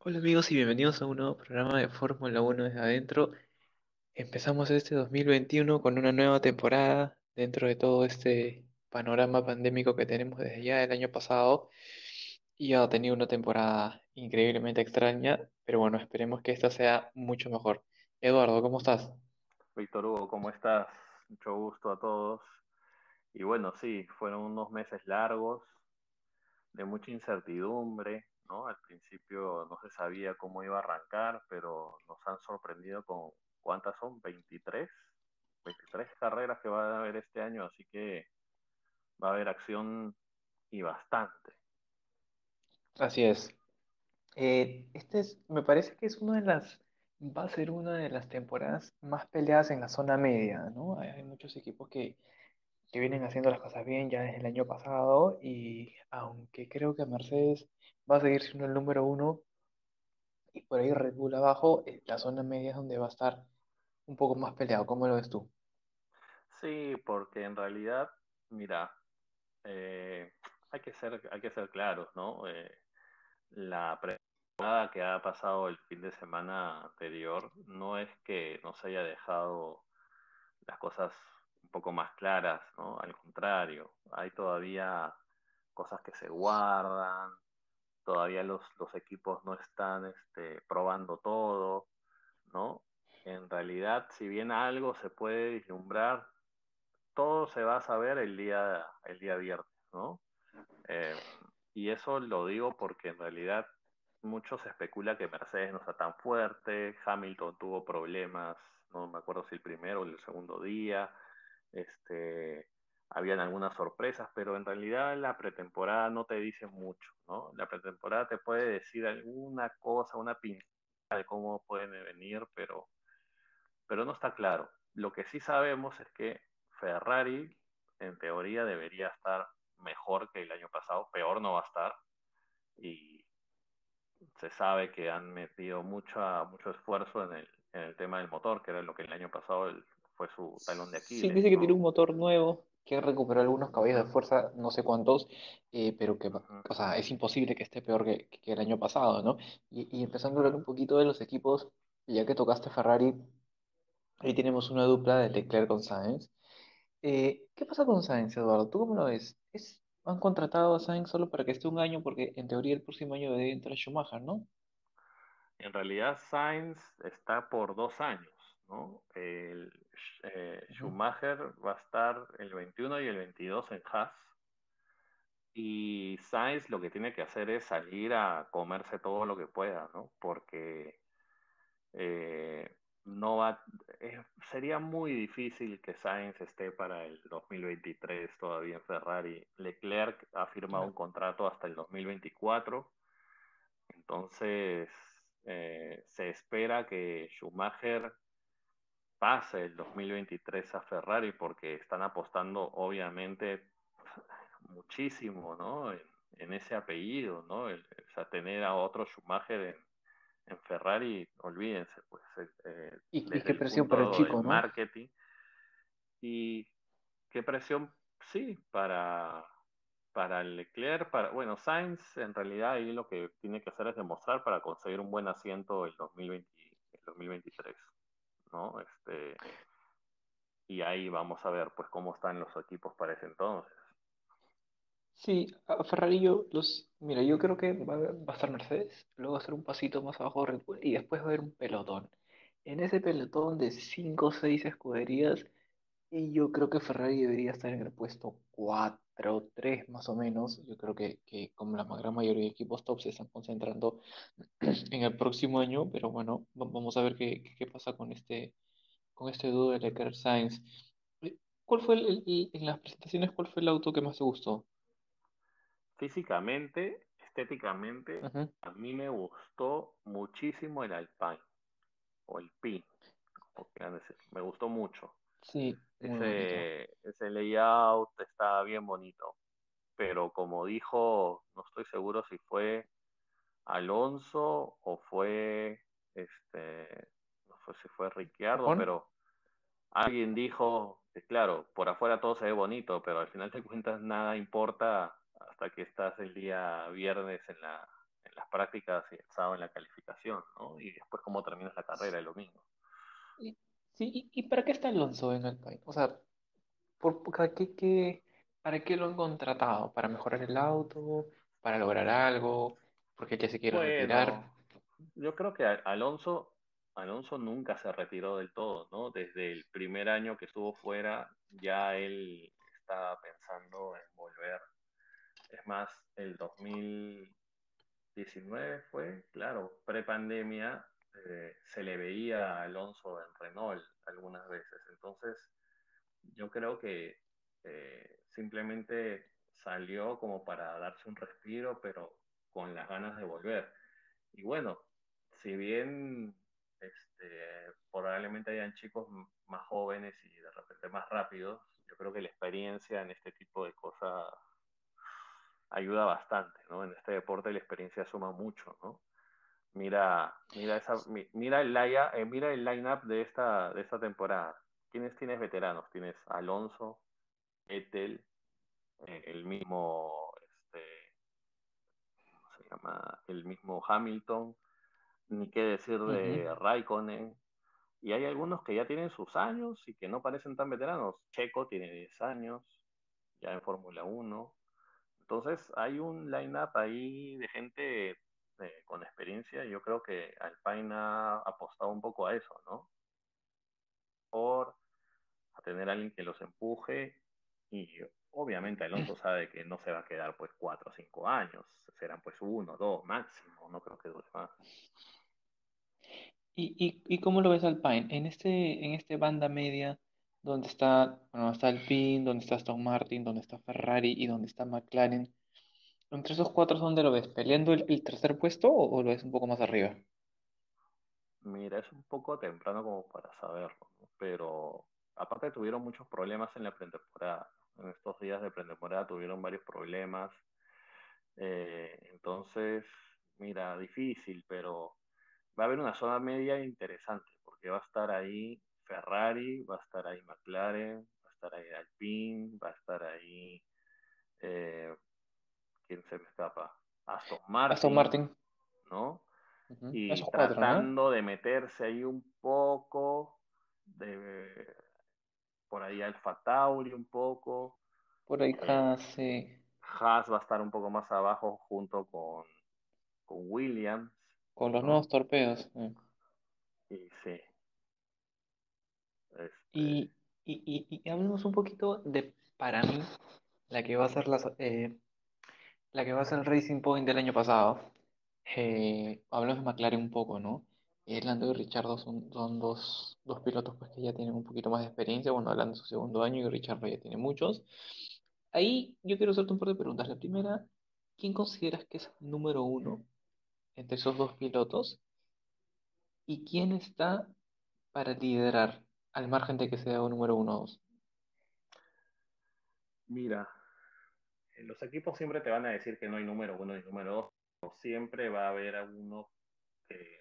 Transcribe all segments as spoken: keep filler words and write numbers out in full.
Hola amigos y bienvenidos a un nuevo programa de Fórmula Uno desde adentro. Empezamos este dos mil veintiuno con una nueva temporada dentro de todo este panorama pandémico que tenemos desde ya el año pasado y ha tenido una temporada increíblemente extraña, pero bueno, esperemos que esta sea mucho mejor. Eduardo, ¿cómo estás? Víctor Hugo, ¿cómo estás? Mucho gusto a todos. Y bueno, sí, fueron unos meses largos, de mucha incertidumbre, ¿no? Al principio no se sabía cómo iba a arrancar, pero nos han sorprendido con, ¿cuántas son? Veintitrés, veintitrés carreras que va a haber este año, así que va a haber acción y bastante. Así es. Eh, este es, me parece que es una de las, va a ser una de las temporadas más peleadas en la zona media, ¿no? Hay, hay muchos equipos que que vienen haciendo las cosas bien ya desde el año pasado y aunque creo que Mercedes va a seguir siendo el número uno y por ahí Red Bull abajo, eh, la zona media es donde va a estar un poco más peleado. ¿Cómo lo ves tú? Sí, porque en realidad, mira, eh, hay que ser, hay que ser claros, ¿no? Eh, la pretemporada que ha pasado el fin de semana anterior no es que nos haya dejado las cosas un poco más claras, ¿no? Al contrario, hay todavía cosas que se guardan, todavía los, los equipos no están este, probando todo, ¿no? En realidad, si bien algo se puede vislumbrar, todo se va a saber el día, el día viernes, ¿no? Eh, y eso lo digo porque en realidad mucho se especula que Mercedes no está tan fuerte, Hamilton tuvo problemas, no me acuerdo si el primero o el segundo día, este, habían algunas sorpresas, pero en realidad la pretemporada no te dice mucho, ¿no? La pretemporada te puede decir alguna cosa, una pincelada de cómo pueden venir, pero, pero no está claro. Lo que sí sabemos es que Ferrari, en teoría, debería estar mejor que el año pasado, peor no va a estar, y se sabe que han metido mucho, mucho esfuerzo en el, en el tema del motor, que era lo que el año pasado el- fue su talón de Sí, Aquiles, dice que tiene un ¿no? motor nuevo, que recuperó algunos caballos de Ujú, fuerza, no sé cuántos, eh, pero que, va- ujú. o sea, es imposible que esté peor que, que el año pasado, ¿no? Y, y empezando a hablar un poquito de los equipos, ya que tocaste Ferrari, ahí tenemos una dupla de Leclerc con Sainz. Eh, ¿qué pasa con Sainz, Eduardo? ¿Tú cómo lo ves? ¿Es, han contratado a Sainz solo para que esté un año? Porque en teoría el próximo año debe entrar Schumacher, ¿no? En realidad Sainz está por dos años, ¿no? El, eh, Ujú. Schumacher va a estar el veintiuno y el veintidós en Haas, y Sainz lo que tiene que hacer es salir a comerse todo lo que pueda, ¿no? Porque eh, no va, eh, sería muy difícil que Sainz esté para el dos mil veintitrés todavía en Ferrari. Leclerc ha firmado un Claro. contrato hasta el dos mil veinticuatro, entonces eh, se espera que Schumacher pase el dos mil veintitrés a Ferrari porque están apostando obviamente muchísimo, ¿no? En, en ese apellido, ¿no? El, o sea, tener a otro Schumacher en, en Ferrari, olvídense, pues eh, Y, y desde qué el presión para el punto del chico, ¿no? marketing. Y qué presión, sí, para, para Leclerc, para, bueno, Sainz en realidad ahí lo que tiene que hacer es demostrar para conseguir un buen asiento el dos mil veinte, el dos mil veintitrés, ¿no? Este, y ahí vamos a ver pues cómo están los equipos para ese entonces. Sí, a Ferrari yo los... Mira, yo creo que va, a va a estar Mercedes, luego va a ser un pasito más abajo Red Bull y después va a haber un pelotón. En ese pelotón de cinco o seis escuderías, y yo creo que Ferrari debería estar en el puesto cuatro tres más o menos. Yo creo que, que como la gran mayoría de equipos top se están concentrando en el próximo año, pero bueno, va- vamos a ver qué, qué, qué pasa con este, con este dúo de Leclerc Sainz. Eh, ¿Cuál fue el, el- en las presentaciones, cuál fue el auto que más te gustó? Físicamente, estéticamente, Ujú. a mí me gustó muchísimo el Alpine o el Pi, como quieran decir. Me gustó mucho. Sí, muy bonito. Ese, ese layout está bien bonito, pero como dijo, no estoy seguro si fue Alonso o fue, este, no sé si fue Ricciardo, ¿Ocon? pero alguien dijo que claro, por afuera todo se ve bonito, pero al final de cuentas nada importa hasta que estás el día viernes en la, en las prácticas y el sábado en la calificación, ¿no? Y después cómo terminas la carrera es lo mismo. Y- sí, ¿y, y para qué está Alonso en Alpine? O sea, ¿por, para qué, qué- para qué lo han contratado? ¿Para mejorar el auto? ¿Para lograr algo? ¿Porque ya se quiere retirar? Bueno, yo creo que Alonso, Alonso nunca se retiró del todo, ¿no? Desde el primer año que estuvo fuera, ya él estaba pensando en volver. Es más, el dos mil diecinueve fue, claro, prepandemia, eh, se le veía a Alonso en Renault algunas veces. Entonces, yo creo que eh, simplemente salió como para darse un respiro, pero con las ganas de volver. Y bueno, si bien este, probablemente hayan chicos m- más jóvenes y de repente más rápidos, yo creo que la experiencia en este tipo de cosas ayuda bastante, ¿no? En este deporte la experiencia suma mucho, ¿no? Mira, mira esa, mi- mira el line, eh, mira el line-up de esta, de esta temporada. ¿Quiénes tienes veteranos? Tienes Alonso, Vettel, eh, el mismo, este, ¿cómo se llama? El mismo Hamilton, ni qué decir Ujú. de Raikkonen. Y hay algunos que ya tienen sus años y que no parecen tan veteranos. Checo tiene diez años, ya en Fórmula Uno. Entonces hay un line-up ahí de gente eh, con experiencia. Yo creo que Alpine ha apostado un poco a eso, ¿no? Por a tener a alguien que los empuje y obviamente Alonso sabe que no se va a quedar pues cuatro o cinco años, serán pues uno, dos máximo, no creo que dure más. ¿Y, y, y cómo lo ves Alpine? En este, en este banda media, donde está, bueno, está Alpine, donde está Aston Martin, donde está Ferrari y donde está McLaren. Entre esos cuatro, ¿dónde lo ves? ¿Peleando el, el tercer puesto o, o lo ves un poco más arriba? Mira, es un poco temprano como para saberlo, ¿no? Pero aparte tuvieron muchos problemas en la pretemporada. En estos días de pretemporada tuvieron varios problemas. Eh, entonces, mira, difícil, pero va a haber una zona media interesante, porque va a estar ahí Ferrari, va a estar ahí McLaren, va a estar ahí Alpine, va a estar ahí, eh, ¿quién se me escapa? Aston Aston Martin, Martin. ¿no? Ujú. Y Esos cuatro, ¿no? tratando de meterse ahí un poco, de, por ahí Alfa Tauri un poco, Por ahí eh, casi. Haas va a estar un poco más abajo junto con, con Williams, Con los nuevos ¿no? torpedos. eh. Y sí, este, Y, y, y, y hablemos un poquito de, para mí, la que va a ser la, eh, la que va a ser el Racing Point del año pasado. Eh, hablamos de McLaren un poco, ¿no? Eh, Lando y Ricciardo son, son dos, dos pilotos pues, que ya tienen un poquito más de experiencia. Bueno, Lando es su segundo año y Ricciardo ya tiene muchos. Ahí yo quiero hacerte un par de preguntas. La primera, ¿quién consideras que es número uno entre esos dos pilotos? ¿Y quién está para liderar al margen de que sea un número uno o dos? mira, los equipos siempre te van a decir que no hay número uno y número dos, pero siempre va a haber alguno que,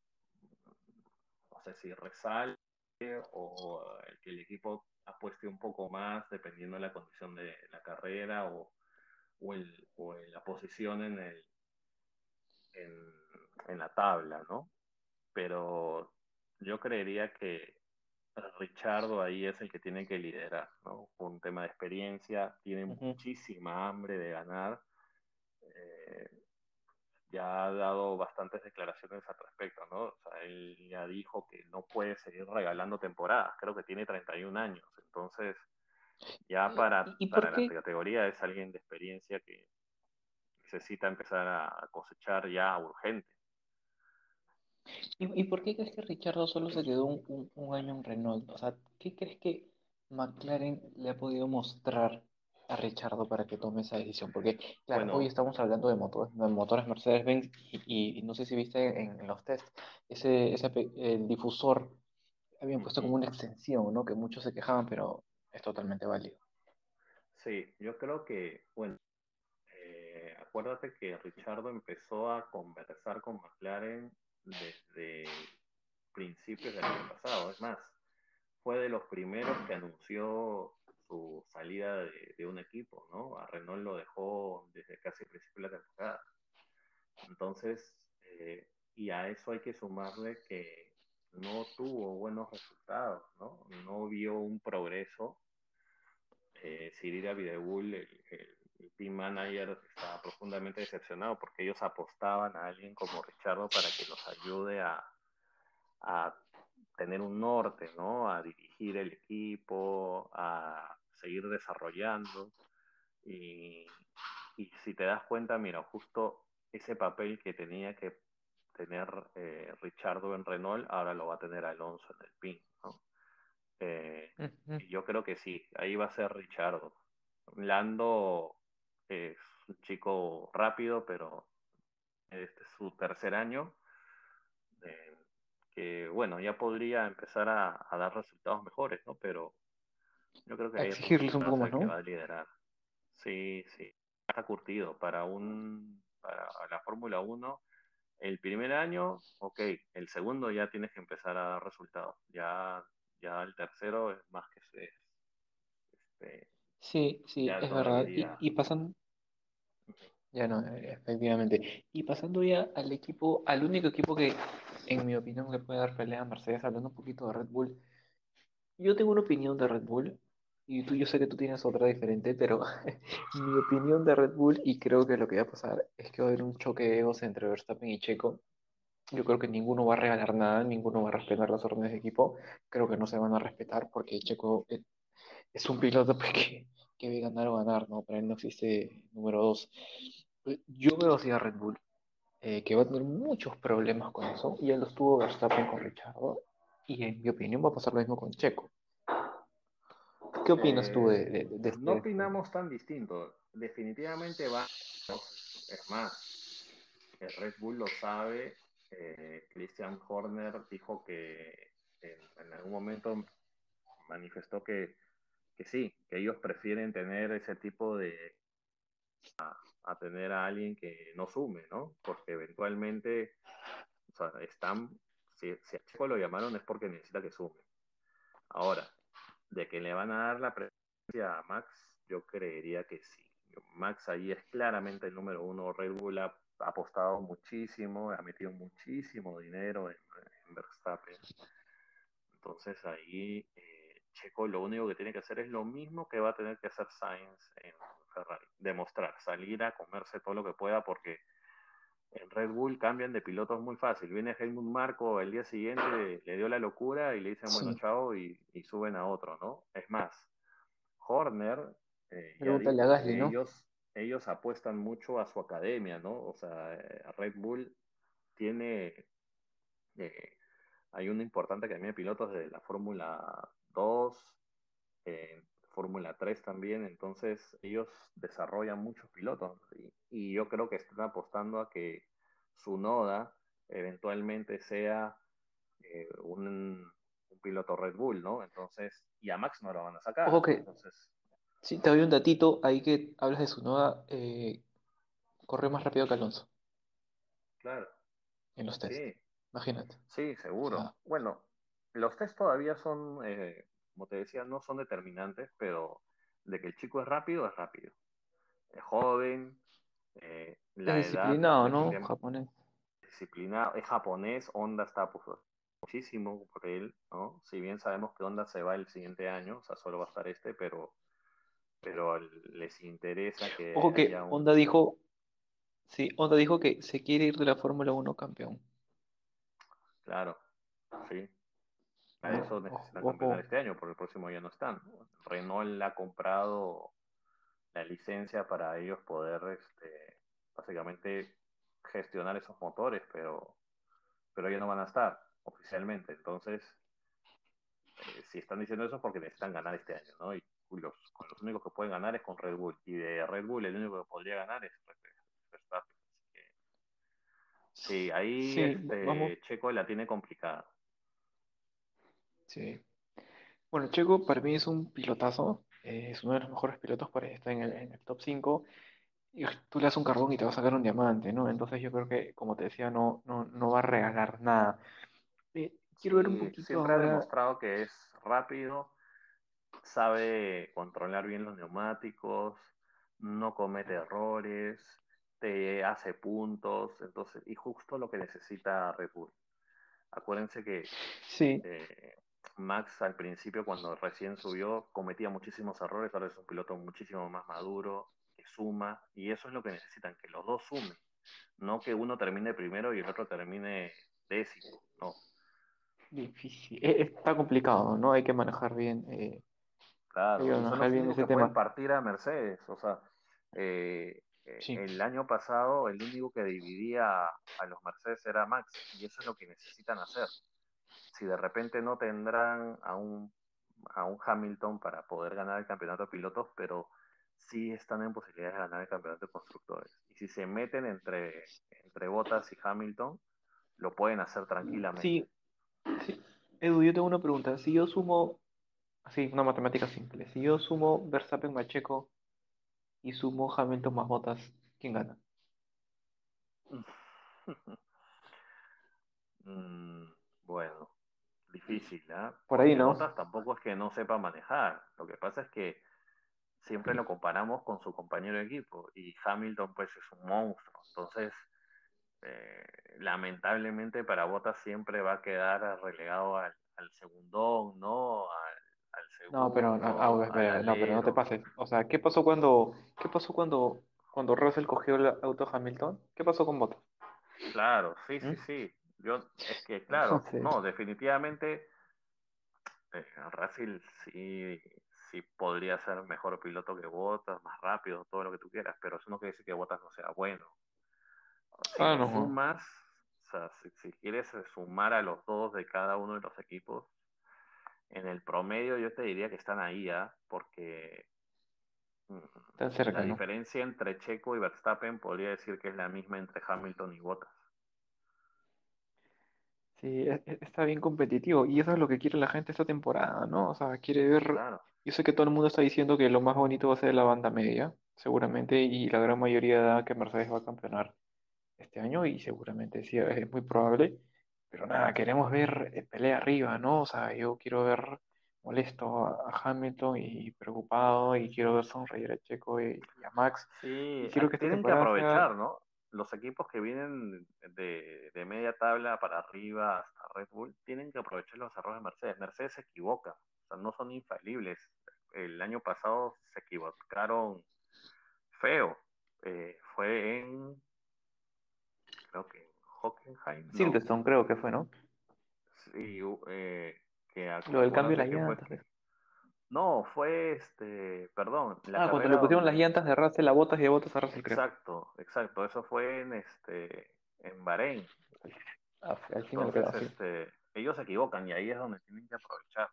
no sé si resalte o el que el equipo apueste un poco más dependiendo de la condición de la carrera o, o, el, o en la posición en, el, en, en la tabla, ¿no? Pero yo creería que Richardo ahí es el que tiene que liderar, ¿no? Por un tema de experiencia, tiene Ujú. muchísima hambre de ganar. Eh, ya ha dado bastantes declaraciones al respecto, ¿no? O sea, él ya dijo que no puede seguir regalando temporadas, creo que tiene treinta y un años, entonces ya Eh, para, ¿Y, y para por la qué? categoría es alguien de experiencia que necesita empezar a cosechar ya urgente. ¿Y, y por qué crees que Richardo solo se quedó un, un- un año en Renault? O sea, ¿qué crees que McLaren le ha podido mostrar a Richardo para que tome esa decisión? Porque, claro, hoy Bueno, estamos hablando de motores, de motores Mercedes-Benz y, y no sé si viste en, en los test, ese, ese pe- el difusor habían puesto como uh-huh. una extensión, ¿no? Que muchos se quejaban, pero es totalmente válido. Sí, yo creo que, bueno, eh, acuérdate que Richardo empezó a conversar con McLaren desde principios del año pasado. Es más, fue de los primeros que anunció su salida de, de un equipo, ¿no? A Renault lo dejó desde casi el principio de la temporada. Entonces, eh, y a eso hay que sumarle que no tuvo buenos resultados, ¿no? No vio un progreso. Eh, Cyril Abiteboul, el, el, el team manager, estaba profundamente decepcionado porque ellos apostaban a alguien como Richardo para que los ayude a, a tener un norte, ¿no? A dirigir el equipo, a seguir desarrollando. Y, y si te das cuenta, mira, justo ese papel que tenía que tener eh, Richardo en Renault, ahora lo va a tener Alonso en el P I N, ¿no? Eh, Ujú. y yo creo que sí, ahí va a ser Richardo. Lando es un chico rápido, pero este es su tercer año, eh, que bueno, ya podría empezar a, a, dar resultados mejores, ¿no? Pero yo creo que A ahí exigirles un va a poco ser más, el que ¿no? va a liderar. Sí, sí, está curtido para un para la Fórmula Uno. El primer año, ok, el segundo ya tienes que empezar a dar resultados. Ya, ya el tercero es más que se, este, Sí, sí, ya es todo verdad. Y, iría. y pasan, ya no, eh, efectivamente. Y pasando ya al equipo, al único equipo que, en mi opinión, le puede dar pelea a Mercedes, hablando un poquito de Red Bull. Yo tengo una opinión de Red Bull, y tú, yo sé que tú tienes otra diferente, pero mi opinión de Red Bull, y creo que lo que va a pasar es que va a haber un choque de egos entre Verstappen y Checo. Yo creo que ninguno va a regalar nada, ninguno va a respetar las órdenes de equipo. Creo que no se van a respetar porque Checo eh, es un piloto pues, que, que debe ganar o ganar, ¿no? Para él no existe número dos. Eh, Yo veo así a Red Bull, eh, que va a tener muchos problemas con eso. Ya los tuvo Verstappen con Richardo, y en mi opinión va a pasar lo mismo con Checo. ¿Qué opinas tú de, Eh, de, de no este? opinamos tan distinto. Definitivamente va. Es más, el Red Bull lo sabe. Eh, Christian Horner dijo que en, en algún momento manifestó que, que sí, que ellos prefieren tener ese tipo de a tener a alguien que no sume, ¿no? Porque eventualmente, o sea, están, si, si a Checo lo llamaron es porque necesita que sume. Ahora, de que le van a dar la preferencia a Max, yo creería que sí. Max ahí es claramente el número uno. Red Bull ha, ha apostado muchísimo, ha metido muchísimo dinero en, en Verstappen. Entonces ahí eh, Checo lo único que tiene que hacer es lo mismo que va a tener que hacer Sainz en Ferrari. Demostrar, salir a comerse todo lo que pueda porque en Red Bull cambian de pilotos muy fácil. Viene Helmut Marko el día siguiente, le dio la locura y le dicen, bueno, Sí, chao, y, y suben a otro, ¿no? Es más, Horner eh, ya pregúntale a dijo Gasly, que ¿no? ellos, ellos apuestan mucho a su academia, ¿no? O sea, eh, Red Bull tiene, eh, hay una importante academia de pilotos de la Fórmula dos, eh, Fórmula tres también, entonces ellos desarrollan muchos pilotos y, y yo creo que están apostando a que su Noda eventualmente sea eh, un, un, piloto Red Bull, ¿no? Entonces, y a Max no lo van a Ojo sacar, que, entonces, sí, te doy un datito ahí que hablas de su noda, eh, corre más rápido que Alonso claro, en los test. sí, Imagínate. sí, O sea, seguro. Bueno, los test todavía son, eh, como te decía, no son determinantes, pero de que el chico es rápido, es rápido. Es joven, eh, es la edad disciplinado, ¿no? definitivamente Japonés. disciplinado, es japonés, Honda está pues, muchísimo por él, ¿no? Si bien sabemos que Honda se va el siguiente año, o sea, solo va a estar este, pero, pero les interesa que Ojo haya que un... Honda dijo, sí, Honda dijo que se quiere ir de la Fórmula Uno campeón. Claro, sí. Para ¿No? eso Ojo, necesitan campeonar ojo. este año, porque el próximo ya no están. Renault ha comprado la licencia para ellos poder, este, básicamente, gestionar esos motores, pero, pero ellos no van a estar oficialmente. Entonces, eh, si están diciendo eso es porque necesitan ganar este año, ¿no? Y los, con los únicos que pueden ganar es con Red Bull. Y de Red Bull el único que podría ganar es Verstappen. Así que sí, ahí Sí, vamos. este Checo la tiene complicada. Sí. Bueno, Checo para mí es un pilotazo. Eh, es uno de los mejores pilotos, para estar en el, en el top cinco. Y tú le das un carbón y te va a sacar un diamante, ¿no? Entonces yo creo que, como te decía, no, no, no va a regalar nada. Eh, quiero ver un Sí, poquito siempre ha ahora. demostrado que es rápido, sabe controlar bien los neumáticos, no comete errores, te hace puntos, entonces, y justo lo que necesita Red Bull. Acuérdense que Sí, eh, Max al principio, cuando recién subió, cometía muchísimos errores, ahora es un piloto muchísimo más maduro, que suma, y eso es lo que necesitan, que los dos sumen, no que uno termine primero y el otro termine décimo, no. difícil. E- Está complicado, ¿no? Hay que manejar bien, eh, hay que Claro, y son manejar los bien únicos ese que pueden tema. partir a Mercedes. O sea, eh, eh, Sí. el año pasado el único que dividía a los Mercedes era Max, y eso es lo que necesitan hacer. Si de repente no tendrán a un, a un Hamilton para poder ganar el campeonato de pilotos, pero sí están en posibilidades de ganar el campeonato de constructores. Y si se meten entre, entre Bottas y Hamilton, lo pueden hacer tranquilamente. Sí, sí. Edu, yo tengo una pregunta. Si yo sumo, así, una matemática simple. Si yo sumo Verstappen más Checo y sumo Hamilton más Bottas, ¿quién gana? Mm, bueno, difícil, ¿ah? Por ahí, Porque ¿no? Bottas tampoco es que no sepa manejar. Lo que pasa es que siempre lo comparamos con su compañero de equipo y Hamilton pues es un monstruo. Entonces, eh, lamentablemente para Bottas siempre va a quedar relegado al, al segundón, ¿no? Al, al No, pero, ah, segundo, ah, al espera, no, pero no te alero. pases. O sea, ¿qué pasó cuando, qué pasó cuando, cuando Russell cogió el auto Hamilton? ¿Qué pasó con Bottas? Claro, sí, sí, ¿Mm? sí. Yo, es que, claro, Entonces, no, definitivamente eh, Russell sí, sí podría ser mejor piloto que Bottas, más rápido, todo lo que tú quieras, pero eso no quiere decir que Bottas no sea bueno. Si ah, lo no. sumas, o sea, si, si quieres sumar a los dos de cada uno de los equipos, en el promedio yo te diría que están ahí, ¿ah? Porque mm, Tan la cerca, ¿no? diferencia entre Checo y Verstappen podría decir que es la misma entre Hamilton y Bottas. Sí, e- e- está bien competitivo y eso es lo que quiere la gente esta temporada, ¿no? O sea, quiere ver, Claro. yo sé que todo el mundo está diciendo que lo más bonito va a ser la banda media, seguramente, y la gran mayoría da que Mercedes va a campeonar este año y seguramente sí, es muy probable, pero nada, queremos ver eh, pelea arriba, ¿no? O sea, yo quiero ver molesto a, a Hamilton y preocupado y quiero ver sonreír a Checo y, y a Max Sí, y quiero hay- que esta tienen que temporada sea aprovechar, ¿no? Los equipos que vienen de, de media tabla para arriba hasta Red Bull tienen que aprovechar los errores de Mercedes. Mercedes se equivoca, o sea, no son infalibles. El año pasado se equivocaron feo. Eh, fue en, creo que en Hockenheim, no. Silverstone, creo que fue, ¿no? Sí, u- eh, que Lo del cambio de acuérdate las que fue llantas. que... No, fue este, perdón, la Ah, cuando le carrera pusieron las donde... llantas de Russell a Bottas y de Bottas a Russell, creo. Exacto, exacto, eso fue en este, en Bahrein. Al, al final Entonces, creo, sí. este, ellos se equivocan y ahí es donde tienen que aprovechar,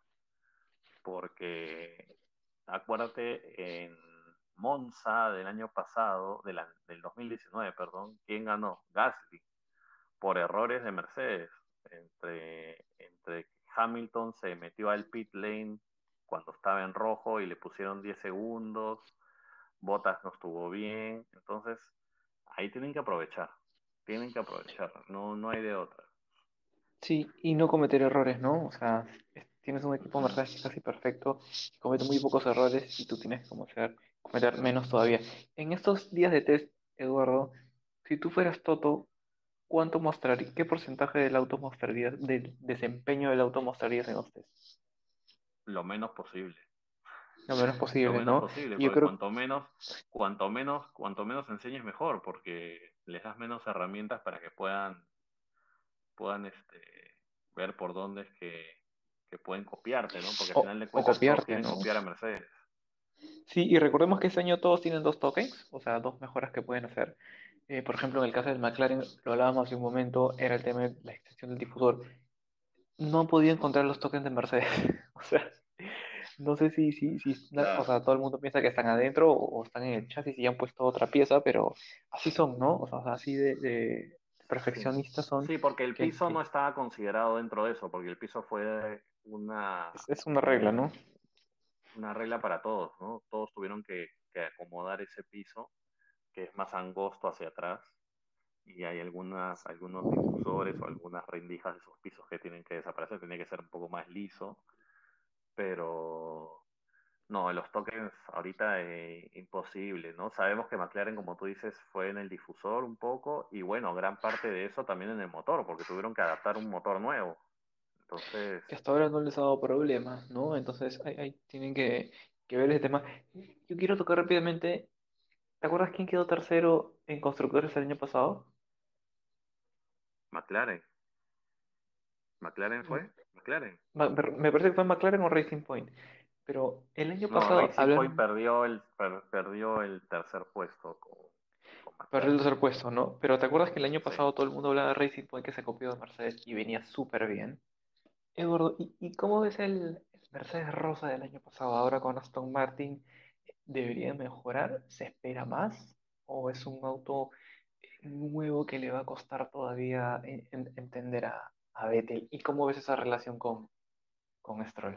porque acuérdate en Monza del año pasado, de la- del dos mil diecinueve, perdón, ¿quién ganó? Gasly, por errores de Mercedes. Entre, entre Hamilton se metió al pit lane cuando estaba en rojo y le pusieron diez segundos, Bottas no estuvo bien, entonces ahí tienen que aprovechar, tienen que aprovechar, no, no hay de otra. Sí, y no cometer errores, ¿no? O sea, es- tienes un equipo Ujú. Mercedes casi perfecto, comete muy pocos errores y tú tienes que cometer, cometer menos todavía. En estos días de test, Eduardo, si tú fueras Toto, ¿cuánto mostraría, qué porcentaje del auto mostrarías, del desempeño del auto mostrarías en los test? Lo menos posible. Lo menos Lo posible, menos ¿no? posible, Y yo porque creo, cuanto menos, cuanto menos, cuanto menos enseñes mejor, porque les das menos herramientas para que puedan, puedan este, ver por dónde es que, que pueden copiarte, ¿no? Porque al o, final de o cuentas todos copiarte, quieren ¿no? copiar a Mercedes. Sí, y recordemos que este año todos tienen dos tokens, o sea, dos mejoras que pueden hacer. Eh, por ejemplo, en el caso del McLaren, lo hablábamos hace un momento, era el tema de la extensión del difusor. No han podido encontrar los tokens de Mercedes. O sea, no sé si, si, si, na- o Claro, sea, todo el mundo piensa que están adentro o, o están en el chasis y han puesto otra pieza, pero así son, ¿no? O sea, así de, de sí. perfeccionistas son Sí, porque el que, piso no que estaba considerado dentro de eso, porque el piso fue una, es, es una regla, ¿no? un- una regla para todos, ¿no? Todos tuvieron que, que acomodar ese piso, que es más angosto hacia atrás, y hay algunas, algunos difusores o algunas rendijas de esos pisos que tienen que desaparecer, tiene que ser un poco más liso, pero, No, los tokens ahorita eh, imposible, ¿no? Sabemos que McLaren, como tú dices, fue en el difusor un poco y bueno, gran parte de eso también en el motor, porque tuvieron que adaptar un motor nuevo. Entonces, Que hasta ahora no les ha dado problemas, ¿no? Entonces ahí, ahí tienen que, que ver ese tema. Yo quiero tocar rápidamente, ¿te acuerdas quién quedó tercero en constructores el año pasado? McLaren, ¿McLaren Mm, fue? ¿McLaren? ma- Me me parece que fue McLaren o Racing Point, pero el año No, pasado Racing Point hablaron, perdió el, per- perdió el tercer puesto con, con perdió el McLaren. tercer puesto, ¿no? Pero ¿te acuerdas que el año Sí. pasado todo el mundo hablaba de Racing Point que se copió de Mercedes y venía súper bien? Eduardo, ¿y, y cómo ves el, el Mercedes Rosa del año pasado ahora con Aston Martin? ¿Debería mejorar? ¿Se espera más? ¿O es un auto nuevo que le va a costar todavía en- en- entender a, a Vettel? ¿Y cómo ves esa relación con, con Stroll?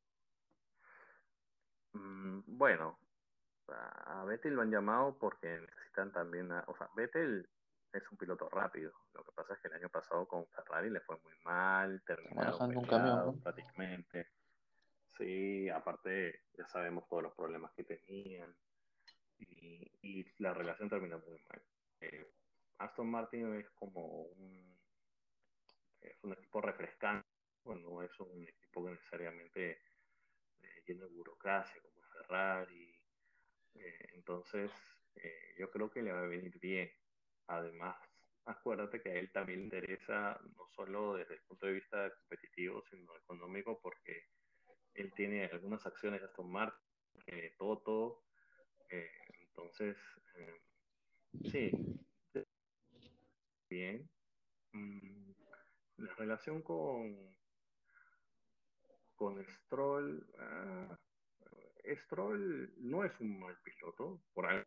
Mm, bueno, a a Vettel lo han llamado porque necesitan también, a- o sea, Vettel es un piloto rápido. Lo que pasa es que el año pasado con Ferrari le fue muy mal, Está terminaron manejando un camión, peleados ¿no? prácticamente. Sí, aparte ya sabemos todos los problemas que tenían y, y la relación terminó muy mal. Eh, Aston Martin es como un, es un equipo refrescante, bueno, no es un equipo que necesariamente eh, lleno de burocracia como Ferrari. Eh, entonces, eh, yo creo que le va a venir bien. Además, acuérdate que a él también le interesa no solo desde el punto de vista competitivo, sino económico, porque él tiene algunas acciones de Aston Martin, eh, Toto. eh, entonces, eh, sí, bien. Mm, la relación con, con Stroll, ah, Stroll no es un mal piloto, por algo,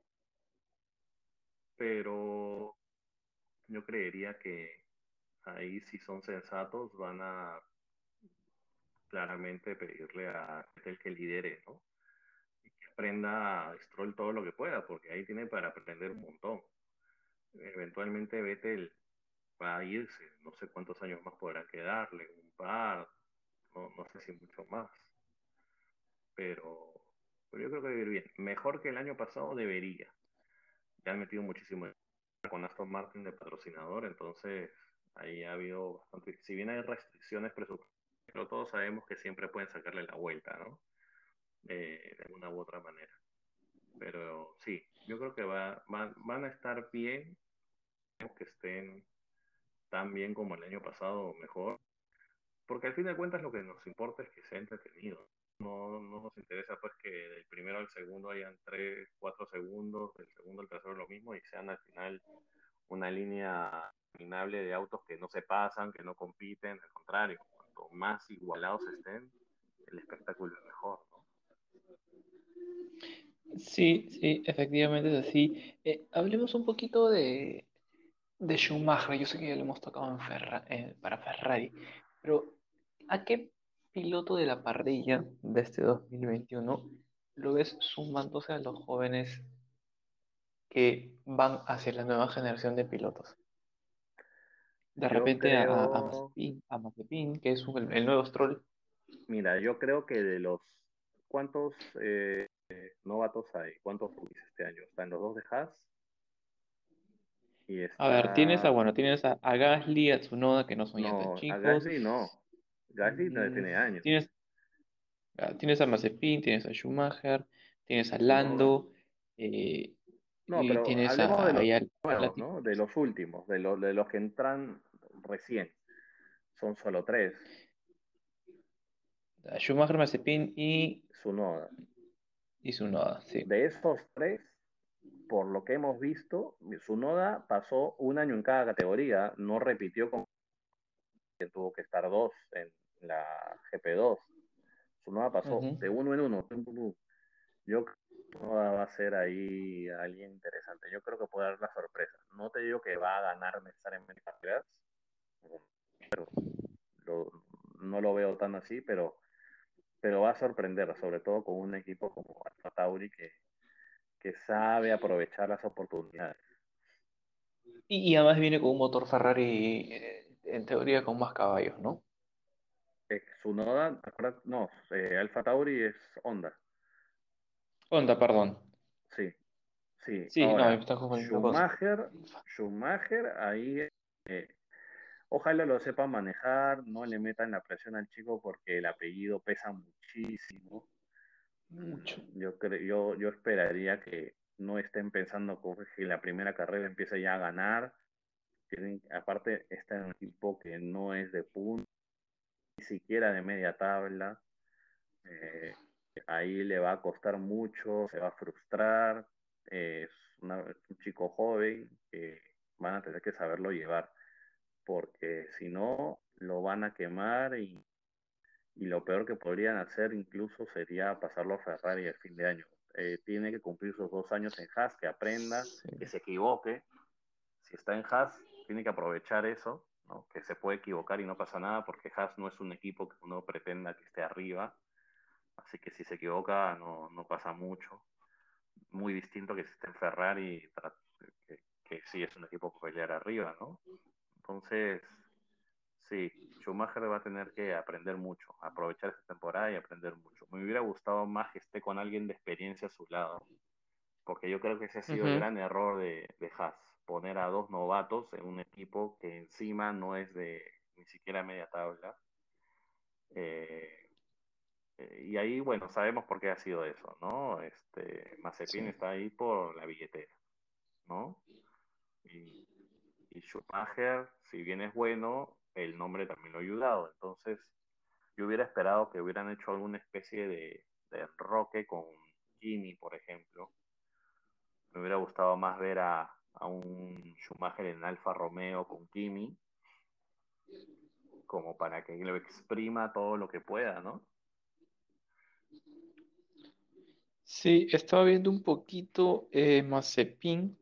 pero yo creería que ahí si son sensatos van a claramente pedirle a el que lidere, ¿no? Y que aprenda a Stroll todo lo que pueda, porque ahí tiene para aprender un montón. Eventualmente Vettel va a irse, no sé cuántos años más podrá quedarle, un par, no, no sé si mucho más, pero, pero yo creo que debe ir bien. Mejor que el año pasado debería. Ya han metido muchísimo con Aston Martin de patrocinador, entonces ahí ha habido bastante, si bien hay restricciones presupuestarias, pero todos sabemos que siempre pueden sacarle la vuelta, ¿no? Eh, de una u otra manera. Pero sí, yo creo que va, van, van a estar bien, que estén tan bien como el año pasado o mejor, porque al fin de cuentas lo que nos importa es que sea entretenido. No, no nos interesa pues que del primero al segundo hayan tres, cuatro segundos, del segundo al tercero lo mismo y sean al final una línea terminable de autos que no se pasan, que no compiten, al contrario, cuanto más igualados estén, el espectáculo es mejor, ¿no? Sí, sí, efectivamente es así. Eh, hablemos un poquito de, de Schumacher. Yo sé que ya lo hemos tocado en Ferra- eh, para Ferrari, pero ¿a qué piloto de la parrilla de este dos mil veintiuno lo ves sumándose a los jóvenes que van hacia la nueva generación de pilotos? De Yo repente a, a, a creo, Mazepin, a Mazepin, que es un- el, el nuevo Stroll. mira, yo creo que de los, ¿cuántos eh, novatos hay? ¿Cuántos rookies este año? Están los dos de Haas y A ver, tienes a, está, bueno, tienes a, a Gasly, a Tsunoda, que no son ya tan no, a chicos. Gasly no, Gasly no Mm, tiene años, tienes, ah, tienes a Mazepin, tienes a Schumacher, tienes a Tsunoda. Lando, eh, No, y pero tienes hablemos de a, los ahí a, a nuevos, Lati- ¿no? De los últimos, de los, de los que entran recién. Son solo tres. a Schumacher, Mazepin y, Tsunoda. y Tsunoda, sí. De esos tres, por lo que hemos visto, Tsunoda pasó un año en cada categoría, no repitió como que tuvo que estar dos en la G P dos. Tsunoda pasó Ujú. de uno en uno. Pum, pum, pum. Yo creo que Tsunoda va a ser ahí alguien interesante. Yo creo que puede dar la sorpresa. No te digo que va a ganar necesariamente carreras, lo- no lo veo tan así, pero, pero va a sorprender, sobre todo con un equipo como Alfa Tauri que, que sabe aprovechar las oportunidades. Y, y además viene con un motor Ferrari, eh, en teoría con más caballos, ¿no? Eh, Tsunoda, acuérdate- no, eh, Alfa Tauri es Honda. Honda, perdón. Sí, sí. Sí, no, me Ahora, estás confundiendo con... Schumacher, Schumacher ahí, eh, ojalá lo sepa manejar, no le metan la presión al chico porque el apellido pesa muchísimo. Mucho. Mm, Yo, cre- yo, yo esperaría que no estén pensando como que la primera carrera empieza ya a ganar. Tienen, aparte, está en un equipo que no es de punta, ni siquiera de media tabla. Eh, Ahí le va a costar mucho, se va a frustrar. Eh, es, una- es un chico joven que van a tener que saberlo llevar, porque si no, lo van a quemar y, y lo peor que podrían hacer incluso sería pasarlo a Ferrari el fin de año. Eh, tiene que cumplir sus dos años en Haas, que aprenda, Sí. que se equivoque. Si está en Haas, tiene que aprovechar eso, ¿no? Que se puede equivocar y no pasa nada, porque Haas no es un equipo que uno pretenda que esté arriba. Así que si se equivoca, no, no pasa mucho. Muy distinto que si esté en Ferrari, que, que sí es un equipo que pelear arriba, ¿no? Entonces, sí, Schumacher va a tener que aprender mucho, aprovechar esta temporada y aprender mucho. Me hubiera gustado más que esté con alguien de experiencia a su lado, porque yo creo que ese ha sido el Ujú. gran error de, de Haas, poner a dos novatos en un equipo que encima no es de ni siquiera media tabla. Eh, eh, y ahí, bueno, sabemos por qué ha sido eso, ¿no? Este, Sí. Mazepin está ahí por la billetera, ¿no? Y, y Schumacher, si bien es bueno, el nombre también lo ha ayudado. Entonces, yo hubiera esperado que hubieran hecho alguna especie de, de enroque con Kimi, por ejemplo. Me hubiera gustado más ver a, a un Schumacher en Alfa Romeo con Kimi, como para que lo exprima todo lo que pueda, ¿no? Sí, estaba viendo un poquito eh, Mazepin.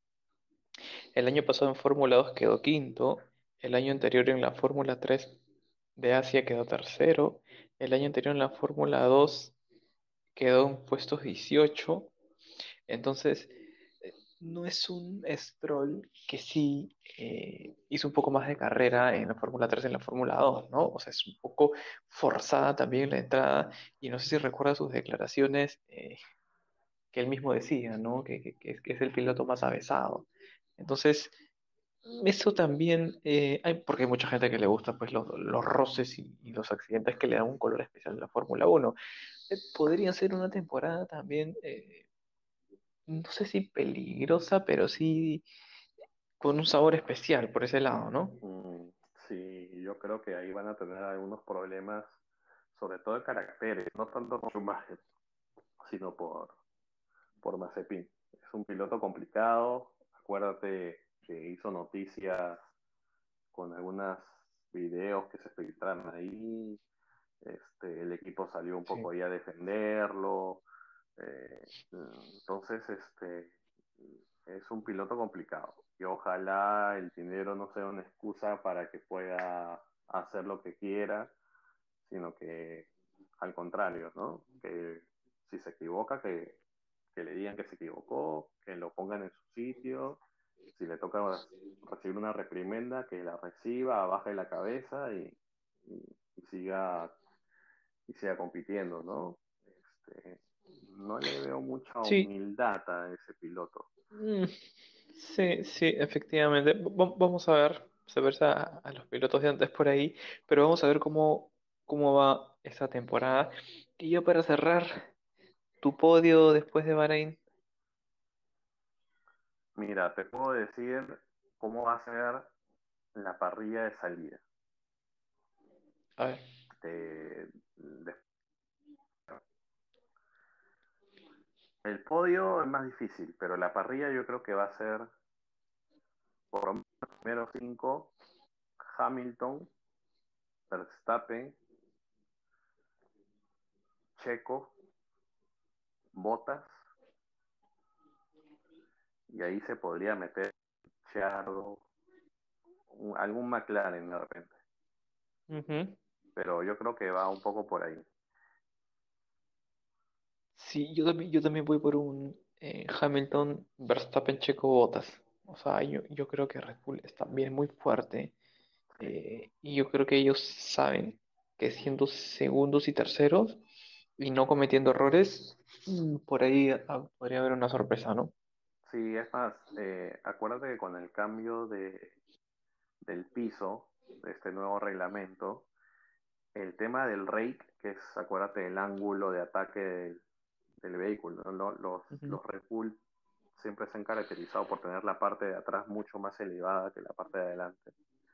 El año pasado en Fórmula dos quedó quinto. El año anterior en la Fórmula tres de Asia quedó tercero. El año anterior en la Fórmula dos quedó en puestos dieciocho. Entonces, eh, no es un Stroll que sí eh, hizo un poco más de carrera en la Fórmula tres, en la Fórmula dos, ¿no? O sea, es un poco forzada también la entrada. Y no sé si recuerda sus declaraciones, eh, que él mismo decía, ¿no? Que, que- que es, que es el piloto más avesado. Entonces, eso también, eh, hay, porque hay mucha gente que le gusta pues los, los roces y, y los accidentes que le dan un color especial a la Fórmula uno. Eh, podría ser una temporada también, eh, no sé si peligrosa, pero sí con un sabor especial por ese lado, ¿no? Mm, sí, yo creo que ahí van a tener algunos problemas, sobre todo de caracteres, no tanto por Schumacher, sino por, por Mazepin. Es un piloto complicado, acuérdate que hizo noticias con algunos videos que se filtraron ahí, este, el equipo salió un Sí. poco ahí a defenderlo, eh, entonces este, es un piloto complicado y ojalá el dinero no sea una excusa para que pueda hacer lo que quiera, sino que al contrario, ¿no? Que si se equivoca, que, que le digan que se equivocó, que lo pongan en su sitio, si le toca recibir una reprimenda, que la reciba, baje la cabeza y, y, y siga y siga compitiendo, ¿no? Este, no le veo mucha Sí, humildad a ese piloto. mm, sí, sí, efectivamente. V- va- vamos a ver, se ver a, a los pilotos de antes por ahí, pero vamos a ver cómo, cómo va esta temporada. Y yo para cerrar, tu podio después de Bahrein. Mira, te puedo decir cómo va a ser la parrilla de salida. A ver. De, de- el podio es más difícil, pero la parrilla yo creo que va a ser por lo menos los primeros cinco: Hamilton, Verstappen, Checo, Bottas, y ahí se podría meter Chardo, un- algún McLaren de repente. Ujú. Pero yo creo que va un poco por ahí. Sí, yo también, yo también voy por un eh, Hamilton, Verstappen, Checo, Bottas. O sea, yo, yo creo que Red Bull está bien muy fuerte, Sí. eh, y yo creo que ellos saben que siendo segundos y terceros y no cometiendo errores, Mm, por ahí ah, podría haber una sorpresa, ¿no? Sí, es más, eh, acuérdate que con el cambio de, del piso, de este nuevo reglamento, el tema del rake, que es, acuérdate, el ángulo de ataque del, del vehículo, ¿no? Lo- Los, Ujú. los Red Bull siempre se han caracterizado por tener la parte de atrás mucho más elevada que la parte de adelante,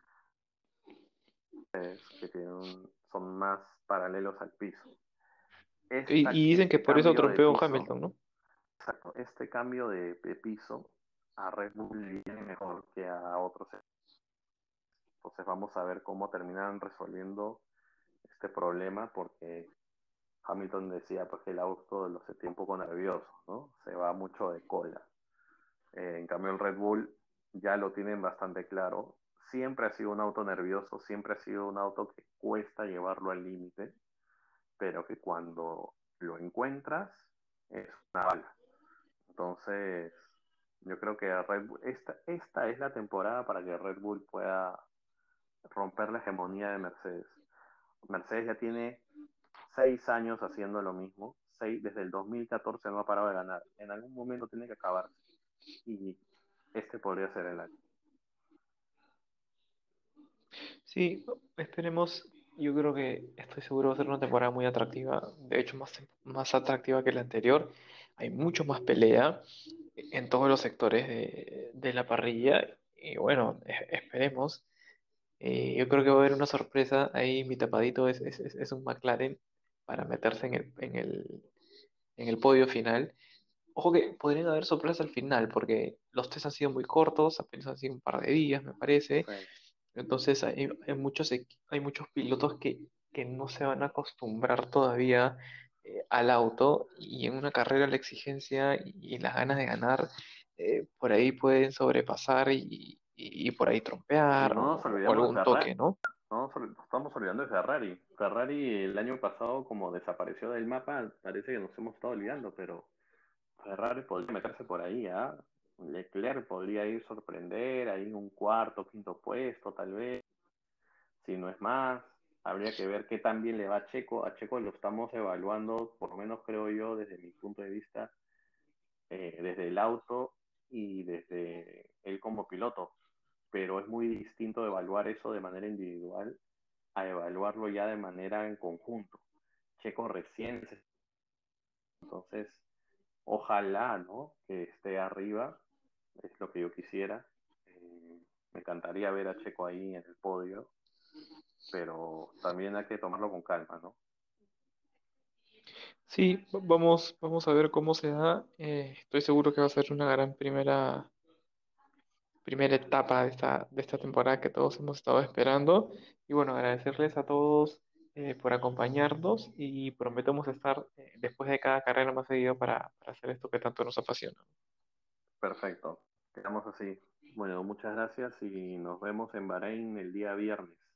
que tienen un- son más paralelos al piso. Y, Esta, y dicen que este por eso cambio de trompeó piso, Hamilton, ¿no? exacto, este cambio de, de piso a Red Bull le viene mejor que a otros. Entonces vamos a ver cómo terminan resolviendo este problema porque Hamilton decía pues, que el auto lo sentía un poco nervioso, ¿no? Se va mucho de cola. Eh, en cambio el Red Bull ya lo tienen bastante claro. Siempre ha sido un auto nervioso, siempre ha sido un auto que cuesta llevarlo al límite, pero que cuando lo encuentras es una bala. Entonces, yo creo que Red Bull, esta, esta es la temporada para que Red Bull pueda romper la hegemonía de Mercedes. Mercedes ya tiene seis años haciendo lo mismo, seis, desde el dos mil catorce no ha parado de ganar. En algún momento tiene que acabarse y este podría ser el año. Sí, esperemos. Yo creo que estoy seguro va a ser una temporada muy atractiva. De hecho, más, más atractiva que la anterior. Hay mucho más pelea en todos los sectores de, de la parrilla. Y bueno, e- esperemos. Eh, yo creo que va a haber una sorpresa. Ahí mi tapadito es, es, es- es un McLaren para meterse en el, en el, en el podio final. Ojo que podrían haber sorpresas al final, porque los test han sido muy cortos, apenas han sido un par de días, me parece. Sí. Entonces hay, hay muchos, equ- hay muchos pilotos que, que no se van a acostumbrar todavía eh, al auto y en una carrera la exigencia y, y las ganas de ganar eh, por ahí pueden sobrepasar y, y- y por ahí Y trompear no nos o, o olvidemos de algún Ferrari, toque, ¿no? no nos, ol- nos estamos olvidando de Ferrari. Ferrari el año pasado como desapareció del mapa, parece que nos hemos estado olvidando, pero Ferrari podría meterse por ahí, ¿ah? Leclerc podría ir sorprender, ahí un cuarto, quinto puesto, tal vez, si no es más. Habría que ver qué tan bien le va a Checo. A Checo lo estamos evaluando, por lo menos creo yo, desde mi punto de vista, eh, desde el auto y desde él como piloto. Pero es muy distinto evaluar eso de manera individual a evaluarlo ya de manera en conjunto. Checo recién, entonces ojalá, ¿no? Que esté arriba, es lo que yo quisiera. Eh, me encantaría ver a Checo ahí en el podio, pero también hay que tomarlo con calma, ¿no? Sí, va- vamos, vamos a ver cómo se da. Eh, estoy seguro que va a ser una gran primera primera etapa de esta, de esta temporada que todos hemos estado esperando. Y bueno, agradecerles a todos eh, por acompañarnos y prometemos estar eh, después de cada carrera más seguido para, para hacer esto que tanto nos apasiona. Perfecto, quedamos así. Bueno, muchas gracias y nos vemos en Bahrein el día viernes.